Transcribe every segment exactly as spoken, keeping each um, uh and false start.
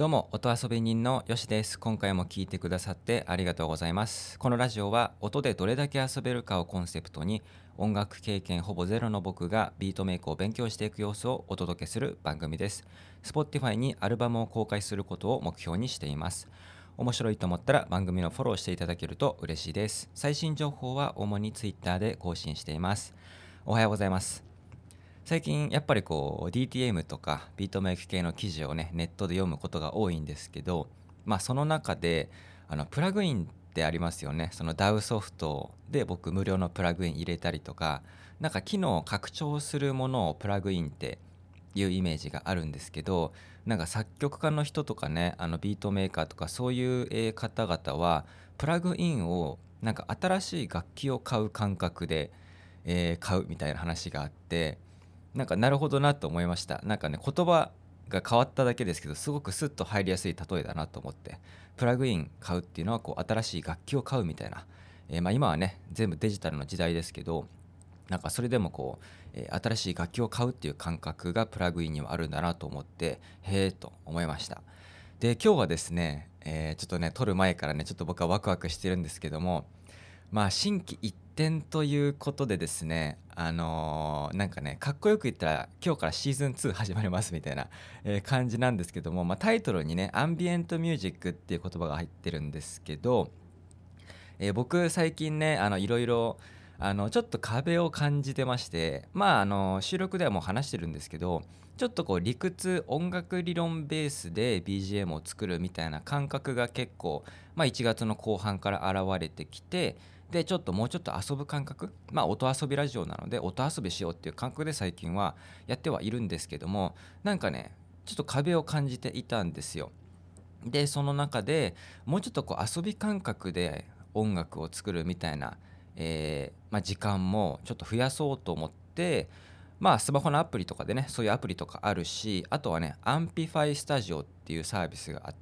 どうも音遊び人のよしです。今回も聞いてくださってありがとうございます。このラジオは音でどれだけ遊べるかをコンセプトに、音楽経験ほぼゼロの僕がビートメイクを勉強していく様子をお届けする番組です。 Spotify にアルバムを公開することを目標にしています。面白いと思ったら番組のフォローしていただけると嬉しいです。最新情報は主に Twitter で更新しています。おはようございます。最近やっぱりこう ディーティーエム とかビートメイク系の記事をねネットで読むことが多いんですけど、まあその中であのプラグインってありますよね。その ダウ ソフトで僕無料のプラグイン入れたりとか、なんか機能を拡張するものをプラグインっていうイメージがあるんですけど、なんか作曲家の人とかね、あのビートメーカーとかそういうえー方々はプラグインをなんか新しい楽器を買う感覚で、えー買うみたいな話があって、なんかなるほどなと思いました。なんかね、言葉が変わっただけですけど、すごくスッと入りやすい例えだなと思って、プラグイン買うっていうのはこう新しい楽器を買うみたいな、えーまあ今はね全部デジタルの時代ですけど、なんかそれでもこう、えー新しい楽器を買うっていう感覚がプラグインにはあるんだなと思って、へえと思いました。で今日はですね、えーちょっとね撮る前からねちょっと僕はワクワクしてるんですけども、まあ心機一転ということでですね、あのーなんかねかっこよく言ったら今日からシーズンツー始まりますみたいな、えー感じなんですけども、まあ、タイトルにねアンビエントミュージックっていう言葉が入ってるんですけど、えー僕最近ねあのいろいろあのちょっと壁を感じてまして、まああの収録ではもう話してるんですけど、ちょっとこう理屈音楽理論ベースで ビージーエム を作るみたいな感覚が結構、まあ、いちがつの後半から現れてきて、でちょっともうちょっと遊ぶ感覚、まあ音遊びラジオなので音遊びしようっていう感覚で最近はやってはいるんですけども、なんかねちょっと壁を感じていたんですよ。でその中でもうちょっとこう遊び感覚で音楽を作るみたいな、えーまあ、時間もちょっと増やそうと思って、まあスマホのアプリとかでねそういうアプリとかあるし、あとはねアンピファイスタジオっていうサービスがあって、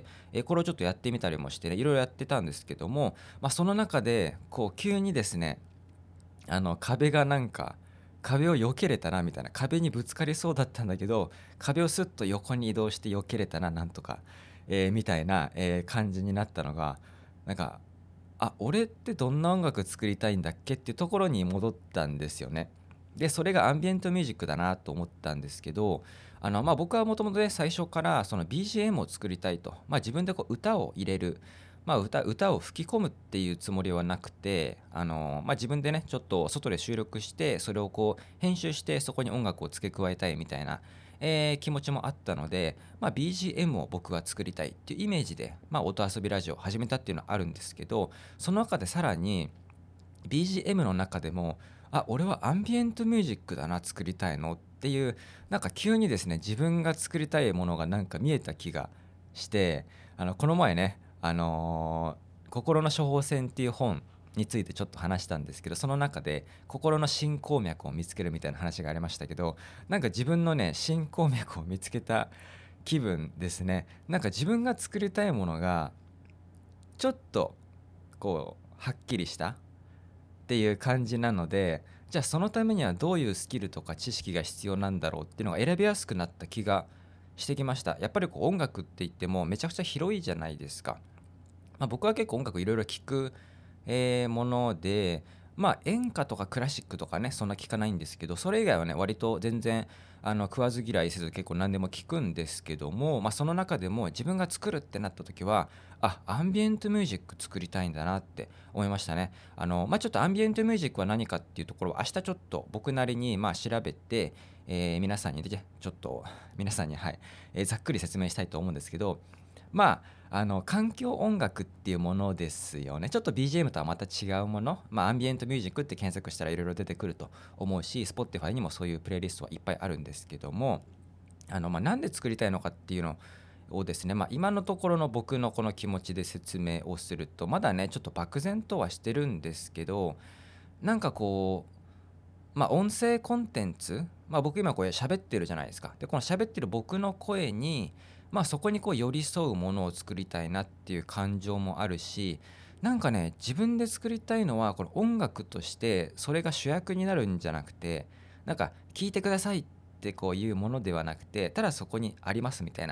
えーこれをちょっとやってみたりもしてねいろいろやってたんですけども、まあ、その中でこう急にですね、あの壁がなんか壁を避けれたなみたいな、壁にぶつかりそうだったんだけど壁をスッと横に移動して避けれたななんとか、えーみたいな、えー感じになったのが、なんかあ俺ってどんな音楽作りたいんだっけっていうところに戻ったんですよね。でそれがアンビエントミュージックだなと思ったんですけど、あの、まあ、僕はもともとね最初からその ビージーエム を作りたいと、まあ、自分でこう歌を入れる、まあ、歌歌を吹き込むっていうつもりはなくて、あの、まあ、自分でねちょっと外で収録してそれをこう編集してそこに音楽を付け加えたいみたいな、えー気持ちもあったので、まあ、ビージーエム を僕は作りたいっていうイメージで、まあ、音遊びラジオを始めたっていうのはあるんですけど、その中でさらに ビージーエム の中でもあ俺はアンビエントミュージックだな作りたいのっていう、なんか急にですね自分が作りたいものがなんか見えた気がして、あのこの前ねあのー心の処方箋っていう本についてちょっと話したんですけど、その中で心の進行脈を見つけるみたいな話がありましたけど、なんか自分のね進行脈を見つけた気分ですね。なんか自分が作りたいものがちょっとこうはっきりしたっていう感じなので、じゃあそのためにはどういうスキルとか知識が必要なんだろうっていうのが選びやすくなった気がしてきました。やっぱりこう音楽って言ってもめちゃくちゃ広いじゃないですか。まあ、僕は結構音楽いろいろ聞く、えーもので、まあ演歌とかクラシックとかねそんな聞かないんですけど、それ以外はね割と全然あの食わず嫌いせず結構何でも聞くんですけども、まあ、その中でも自分が作るってなった時はあアンビエントミュージック作りたいんだなって思いましたね。あの、まあ、ちょっとアンビエントミュージックは何かっていうところを明日ちょっと僕なりにまあ調べて、えー皆さんにねちょっと皆さんにはい、えーざっくり説明したいと思うんですけど、まあ、あの環境音楽っていうものですよね。ちょっと ビージーエム とはまた違うもの、まあ、アンビエントミュージックって検索したらいろいろ出てくると思うし、 Spotify にもそういうプレイリストはいっぱいあるんですけども、あの、まあ、なんで作りたいのかっていうのをですね、まあ、今のところの僕のこの気持ちで説明をすると、まだねちょっと漠然とはしてるんですけど、なんかこうまあ音声コンテンツ、まあ僕今これ喋ってるじゃないですか。でこの喋ってる僕の声にまあそこにこう寄り添うものを作りたいなっていう感情もあるし、なんかね自分で作りたいのはこの音楽としてそれが主役になるんじゃなくて、なんか聞いてくださいってこういうものではなくて、ただそこにありますみたいな、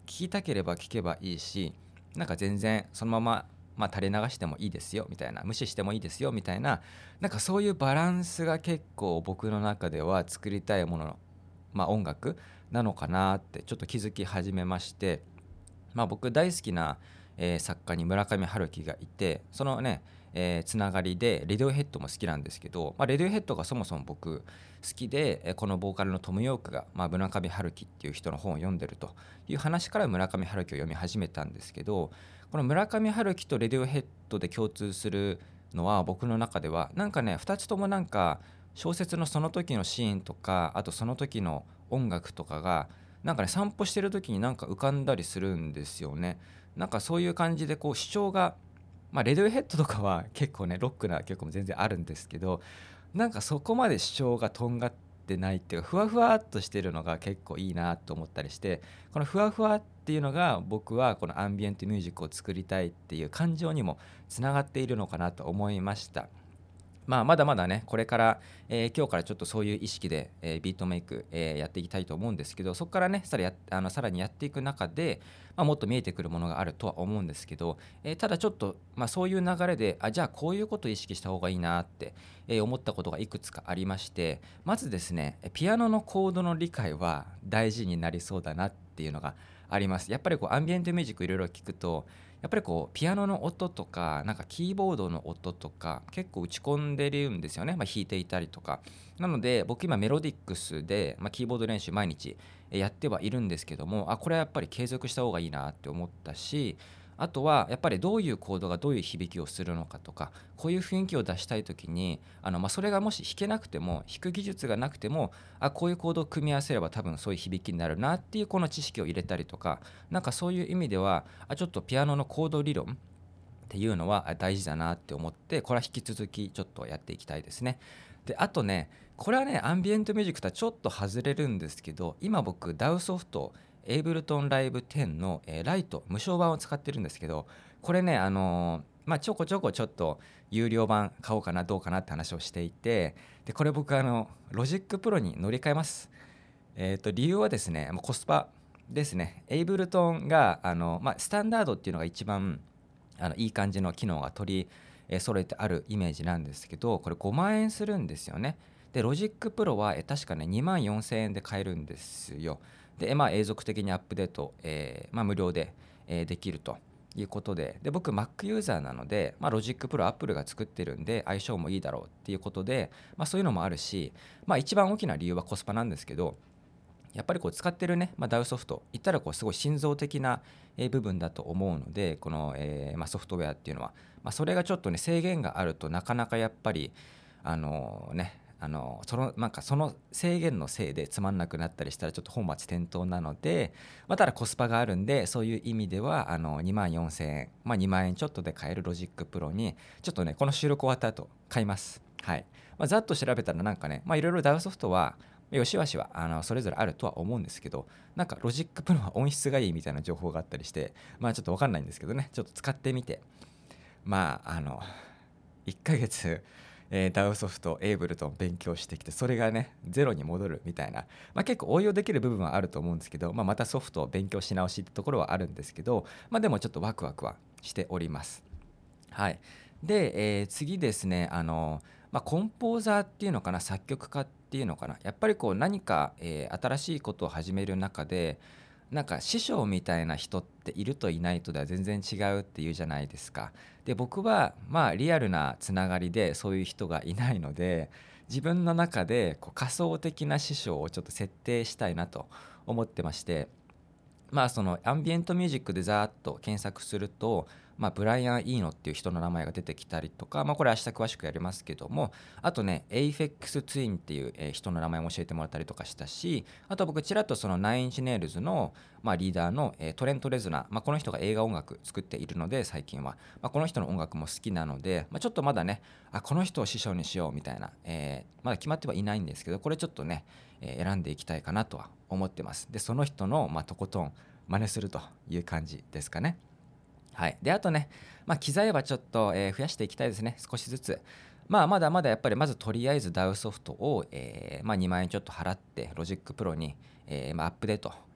きたければ聞けばいいし、なんか全然そのまま、まあ、垂れ流してもいいですよみたいな、無視してもいいですよみたいな、なんかそういうバランスが結構僕の中では作りたいものの、まあ、音楽なのかなってちょっと気づき始めまして、まあ、僕大好きな、えー作家に村上春樹がいて、そのね、えーつながりでレディオヘッドも好きなんですけど、まあ、レディオヘッドがそもそも僕好きで、えーこのボーカルのトム・ヨークが、まあ、村上春樹っていう人の本を読んでるという話から村上春樹を読み始めたんですけど、この村上春樹とレディオヘッドで共通するのは、僕の中ではなんかね、ふたつともなんか小説のその時のシーンとか、あとその時の音楽とかがなんかね、散歩してる時になんか浮かんだりするんですよね。なんかそういう感じでこう主張が、まあレディオヘッドとかは結構ねロックな曲も全然あるんですけど、なんかそこまで主張がとんがってないっていうか、ふわふわっとしてるのが結構いいなと思ったりして、このふわふわっていうのが僕はこのアンビエントミュージックを作りたいっていう感情にもつながっているのかなと思いました。まあ、まだまだね、これから、えー今日からちょっとそういう意識で、えービートメイク、えーやっていきたいと思うんですけど、そこからね、さらやあのさらにやっていく中で、まあ、もっと見えてくるものがあるとは思うんですけど、えーただちょっと、まあ、そういう流れで、あ、じゃあこういうことを意識した方がいいなって、えー思ったことがいくつかありまして、まずですね、ピアノのコードの理解は大事になりそうだなっていうのがあります。やっぱりこうアンビエントミュージックいろいろ聞くと、やっぱりこうピアノの音とかなんかキーボードの音とか結構打ち込んでるんですよね、まあ、弾いていたりとか。なので僕今メロディックスで、まあ、キーボード練習毎日えやってはいるんですけども、あ、これはやっぱり継続した方がいいなって思ったし、あとはやっぱりどういうコードがどういう響きをするのかとか、こういう雰囲気を出したい時にあの、まあ、それがもし弾けなくても、弾く技術がなくても、あ、こういうコードを組み合わせれば多分そういう響きになるなっていうこの知識を入れたりとか、なんかそういう意味ではあちょっとピアノのコード理論っていうのは大事だなって思って、これは引き続きちょっとやっていきたいですね。であとね、これはねアンビエントミュージックとはちょっと外れるんですけど、今僕 ダウ ソフトエイブルトンライブテンの、えーライト無償版を使ってるんですけど、これねあのーまあちょこちょこちょっと有料版買おうかなどうかなって話をしていて、でこれ僕あのロジックプロに乗り換えます。えー、と理由はですね、もうコスパですね。エイブルトンがあの、まあ、スタンダードっていうのが一番あのいい感じの機能が取りえー揃えてあるイメージなんですけど、これごまん円するんですよね。でロジックプロはえー確かねにまんよんせん円で買えるんですよ。で、まあ、永続的にアップデート、えーまあ、無料で、えーできるということで、で僕 Mac ユーザーなので、まあ、ロジックプロ Apple が作ってるんで相性もいいだろうっていうことで、まあ、そういうのもあるし、まあ、一番大きな理由はコスパなんですけど、やっぱりこう使ってるね、まあ、ダウ ソフト言ったらこうすごい心臓的なえー部分だと思うので、この、えーまあ、ソフトウェアっていうのは、まあ、それがちょっとね制限があるとなかなかやっぱりあのねあのそのなんかその制限のせいでつまんなくなったりしたらちょっと本末転倒なので、まあ、ただコスパがあるんで、そういう意味ではあのにまんよんせんえん、まあ、にまん円ちょっとで買えるロジックプロにちょっとねこの収録終わった後買います。はい。まあ、ざっと調べたらなんかね、まあいろいろダウソフトはよしわしはあのそれぞれあるとは思うんですけど、なんかロジックプロは音質がいいみたいな情報があったりして、まあちょっと分かんないんですけどね、ちょっと使ってみて、まああのいっかげつ、えー、ダウソフトエイブルトン勉強してきて、それがねゼロに戻るみたいな、まあ、結構応用できる部分はあると思うんですけど、まあ、またソフトを勉強し直しってところはあるんですけど、まあ、でもちょっとワクワクはしております。はい。で、えー次ですね、あの、まあ、コンポーザーっていうのかな、作曲家っていうのかな、やっぱりこう何か、えー新しいことを始める中で、なんか師匠みたいな人っているといないとでは全然違うっていうじゃないですか。で、僕はまあリアルなつながりでそういう人がいないので、自分の中でこう仮想的な師匠をちょっと設定したいなと思ってまして、まあそのアンビエントミュージックでざーっと検索すると、まあ、ブライアン・イーノっていう人の名前が出てきたりとか、まあ、これ明日詳しくやりますけども、あとねエイフェックス・ツインっていうえー人の名前も教えてもらったりとかしたし、あと僕ちらっとそのナインインチネイルズの、まあ、リーダーの、えートレント・レズナー、まあ、この人が映画音楽作っているので最近は、まあ、この人の音楽も好きなので、まあ、ちょっとまだね、あこの人を師匠にしようみたいな、えーまだ決まってはいないんですけど、これちょっとね、えー選んでいきたいかなとは思ってます。でその人の、まあ、とことん真似するという感じですかね。はい、であとね、まあ、機材はちょっと、えー増やしていきたいですね、少しずつ。まあ、まだまだやっぱりまずとりあえず ダウ ソフトを、えーまあ、にまん円ちょっと払ってロジックプロに、えーまあ、アップデート、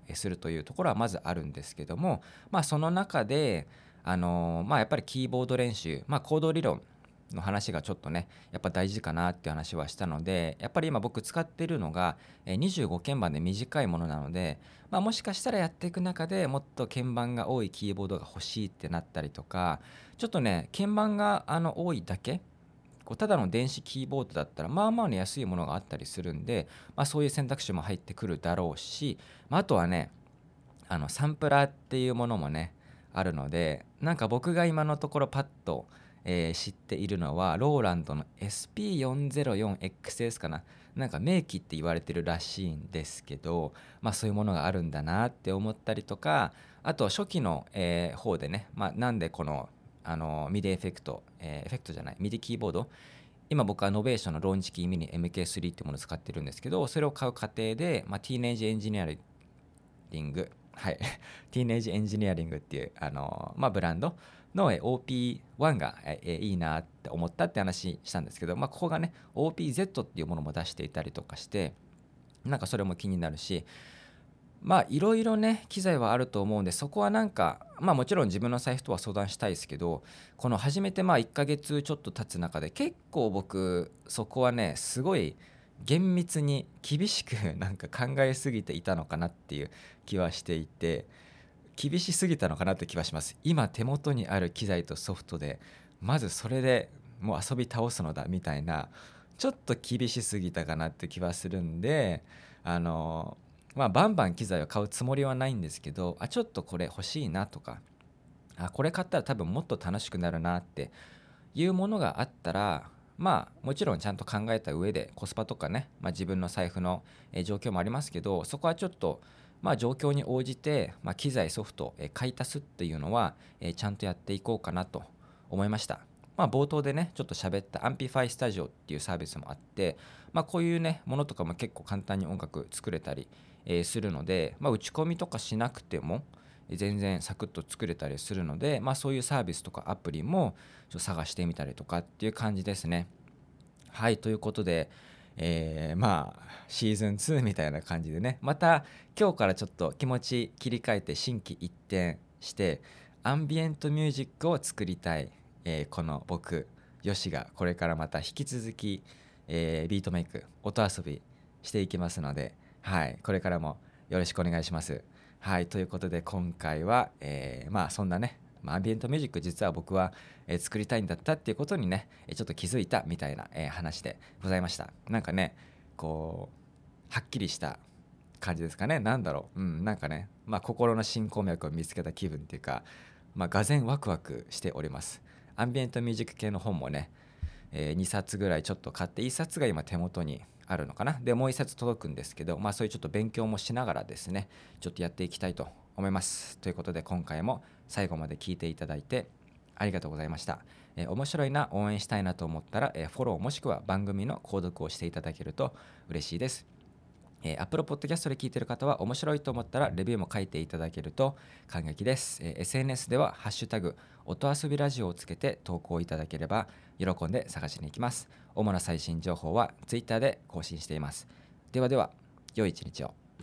するというところはまずあるんですけども、まあその中であのまあやっぱりキーボード練習、まあコード理論の話がちょっとねやっぱ大事かなっていう話はしたので、やっぱり今僕使っているのがえーにじゅうご鍵盤で短いものなので、まあ、もしかしたらやっていく中でもっと鍵盤が多いキーボードが欲しいってなったりとか、ちょっとね鍵盤があの多いだけ、こうただの電子キーボードだったらまあまあの安いものがあったりするんで、まあ、そういう選択肢も入ってくるだろうし、まあ、あとはねあのサンプラーっていうものもねあるので、なんか僕が今のところパッと、えー知っているのはローランドの エスピーよんぜろよんエックスエス かな、なんか名機って言われてるらしいんですけど、まあそういうものがあるんだなって思ったりとか、あと初期の、えー方でね、まあ、なんでこのあのミディエフェクト、えーエフェクトじゃないミディキーボード、今僕はノベーションのローンチキーミニ エムケースリー っていうものを使ってるんですけど、それを買う過程で、まあ、ティーネージエンジニアリング、はい、ティーネージエンジニアリングっていうあの、まあ、ブランドの オーピーワン がえいいなって思ったって話したんですけど、まあ、ここがね オーピーゼット っていうものも出していたりとかして、なんかそれも気になるし、まあいろいろね機材はあると思うんで、そこはなんかまあもちろん自分の財布とは相談したいですけど、この始めてまあいっかげつちょっと経つ中で結構僕そこはねすごい厳密に厳しくなんか考えすぎていたのかなっていう気はしていて、厳しすぎたのかなって気はします。今手元にある機材とソフトでまずそれでもう遊び倒すのだみたいな、ちょっと厳しすぎたかなって気はするんで、あのまあバンバン機材を買うつもりはないんですけど、あちょっとこれ欲しいなとか、あこれ買ったら多分もっと楽しくなるなっていうものがあったら、まあもちろんちゃんと考えた上でコスパとかね、まあ、自分の財布のえー状況もありますけど、そこはちょっとまあ状況に応じて、まあ、機材ソフトえー買い足すっていうのはえーちゃんとやっていこうかなと思いました。まあ、冒頭でねちょっと喋ったアンピファイスタジオっていうサービスもあって、まあ、こういうねものとかも結構簡単に音楽作れたりえーするので、まあ、打ち込みとかしなくても全然サクッと作れたりするので、まあ、そういうサービスとかアプリもちょっと探してみたりとかっていう感じですね。はい、ということで、えーまあシーズンツーみたいな感じでね、また今日からちょっと気持ち切り替えて心機一転してアンビエントミュージックを作りたい、えーこの僕ヨシがこれからまた引き続き、えービートメイク音遊びしていきますので、はい、これからもよろしくお願いします。はい、ということで今回は、えーまあそんなね、まあアンビエントミュージック実は僕は、えー作りたいんだったっていうことにねえーちょっと気づいたみたいな、えー話でございました。なんかねこうはっきりした感じですかね。なんだろう、うん、なんかね、まあ心の新鉱脈を見つけた気分っていうか、まあがぜワクワクしております。アンビエントミュージック系の本もね、えーにさつぐらいちょっと買って、いっさつが今手元にあるのかな。でもういっさつ届くんですけど、まあそういうちょっと勉強もしながらですねちょっとやっていきたいと思います。ということで今回も最後まで聞いていただいてありがとうございました。えー面白いな、応援したいなと思ったら、えーフォローもしくは番組の購読をしていただけると嬉しいです。えー、Apple Podcast で聞いている方は面白いと思ったらレビューも書いていただけると感激です。えー エスエヌエス ではハッシュタグ音遊びラジオをつけて投稿いただければ喜んで探しに行きます。主な最新情報は Twitter で更新しています。ではでは、良い一日を。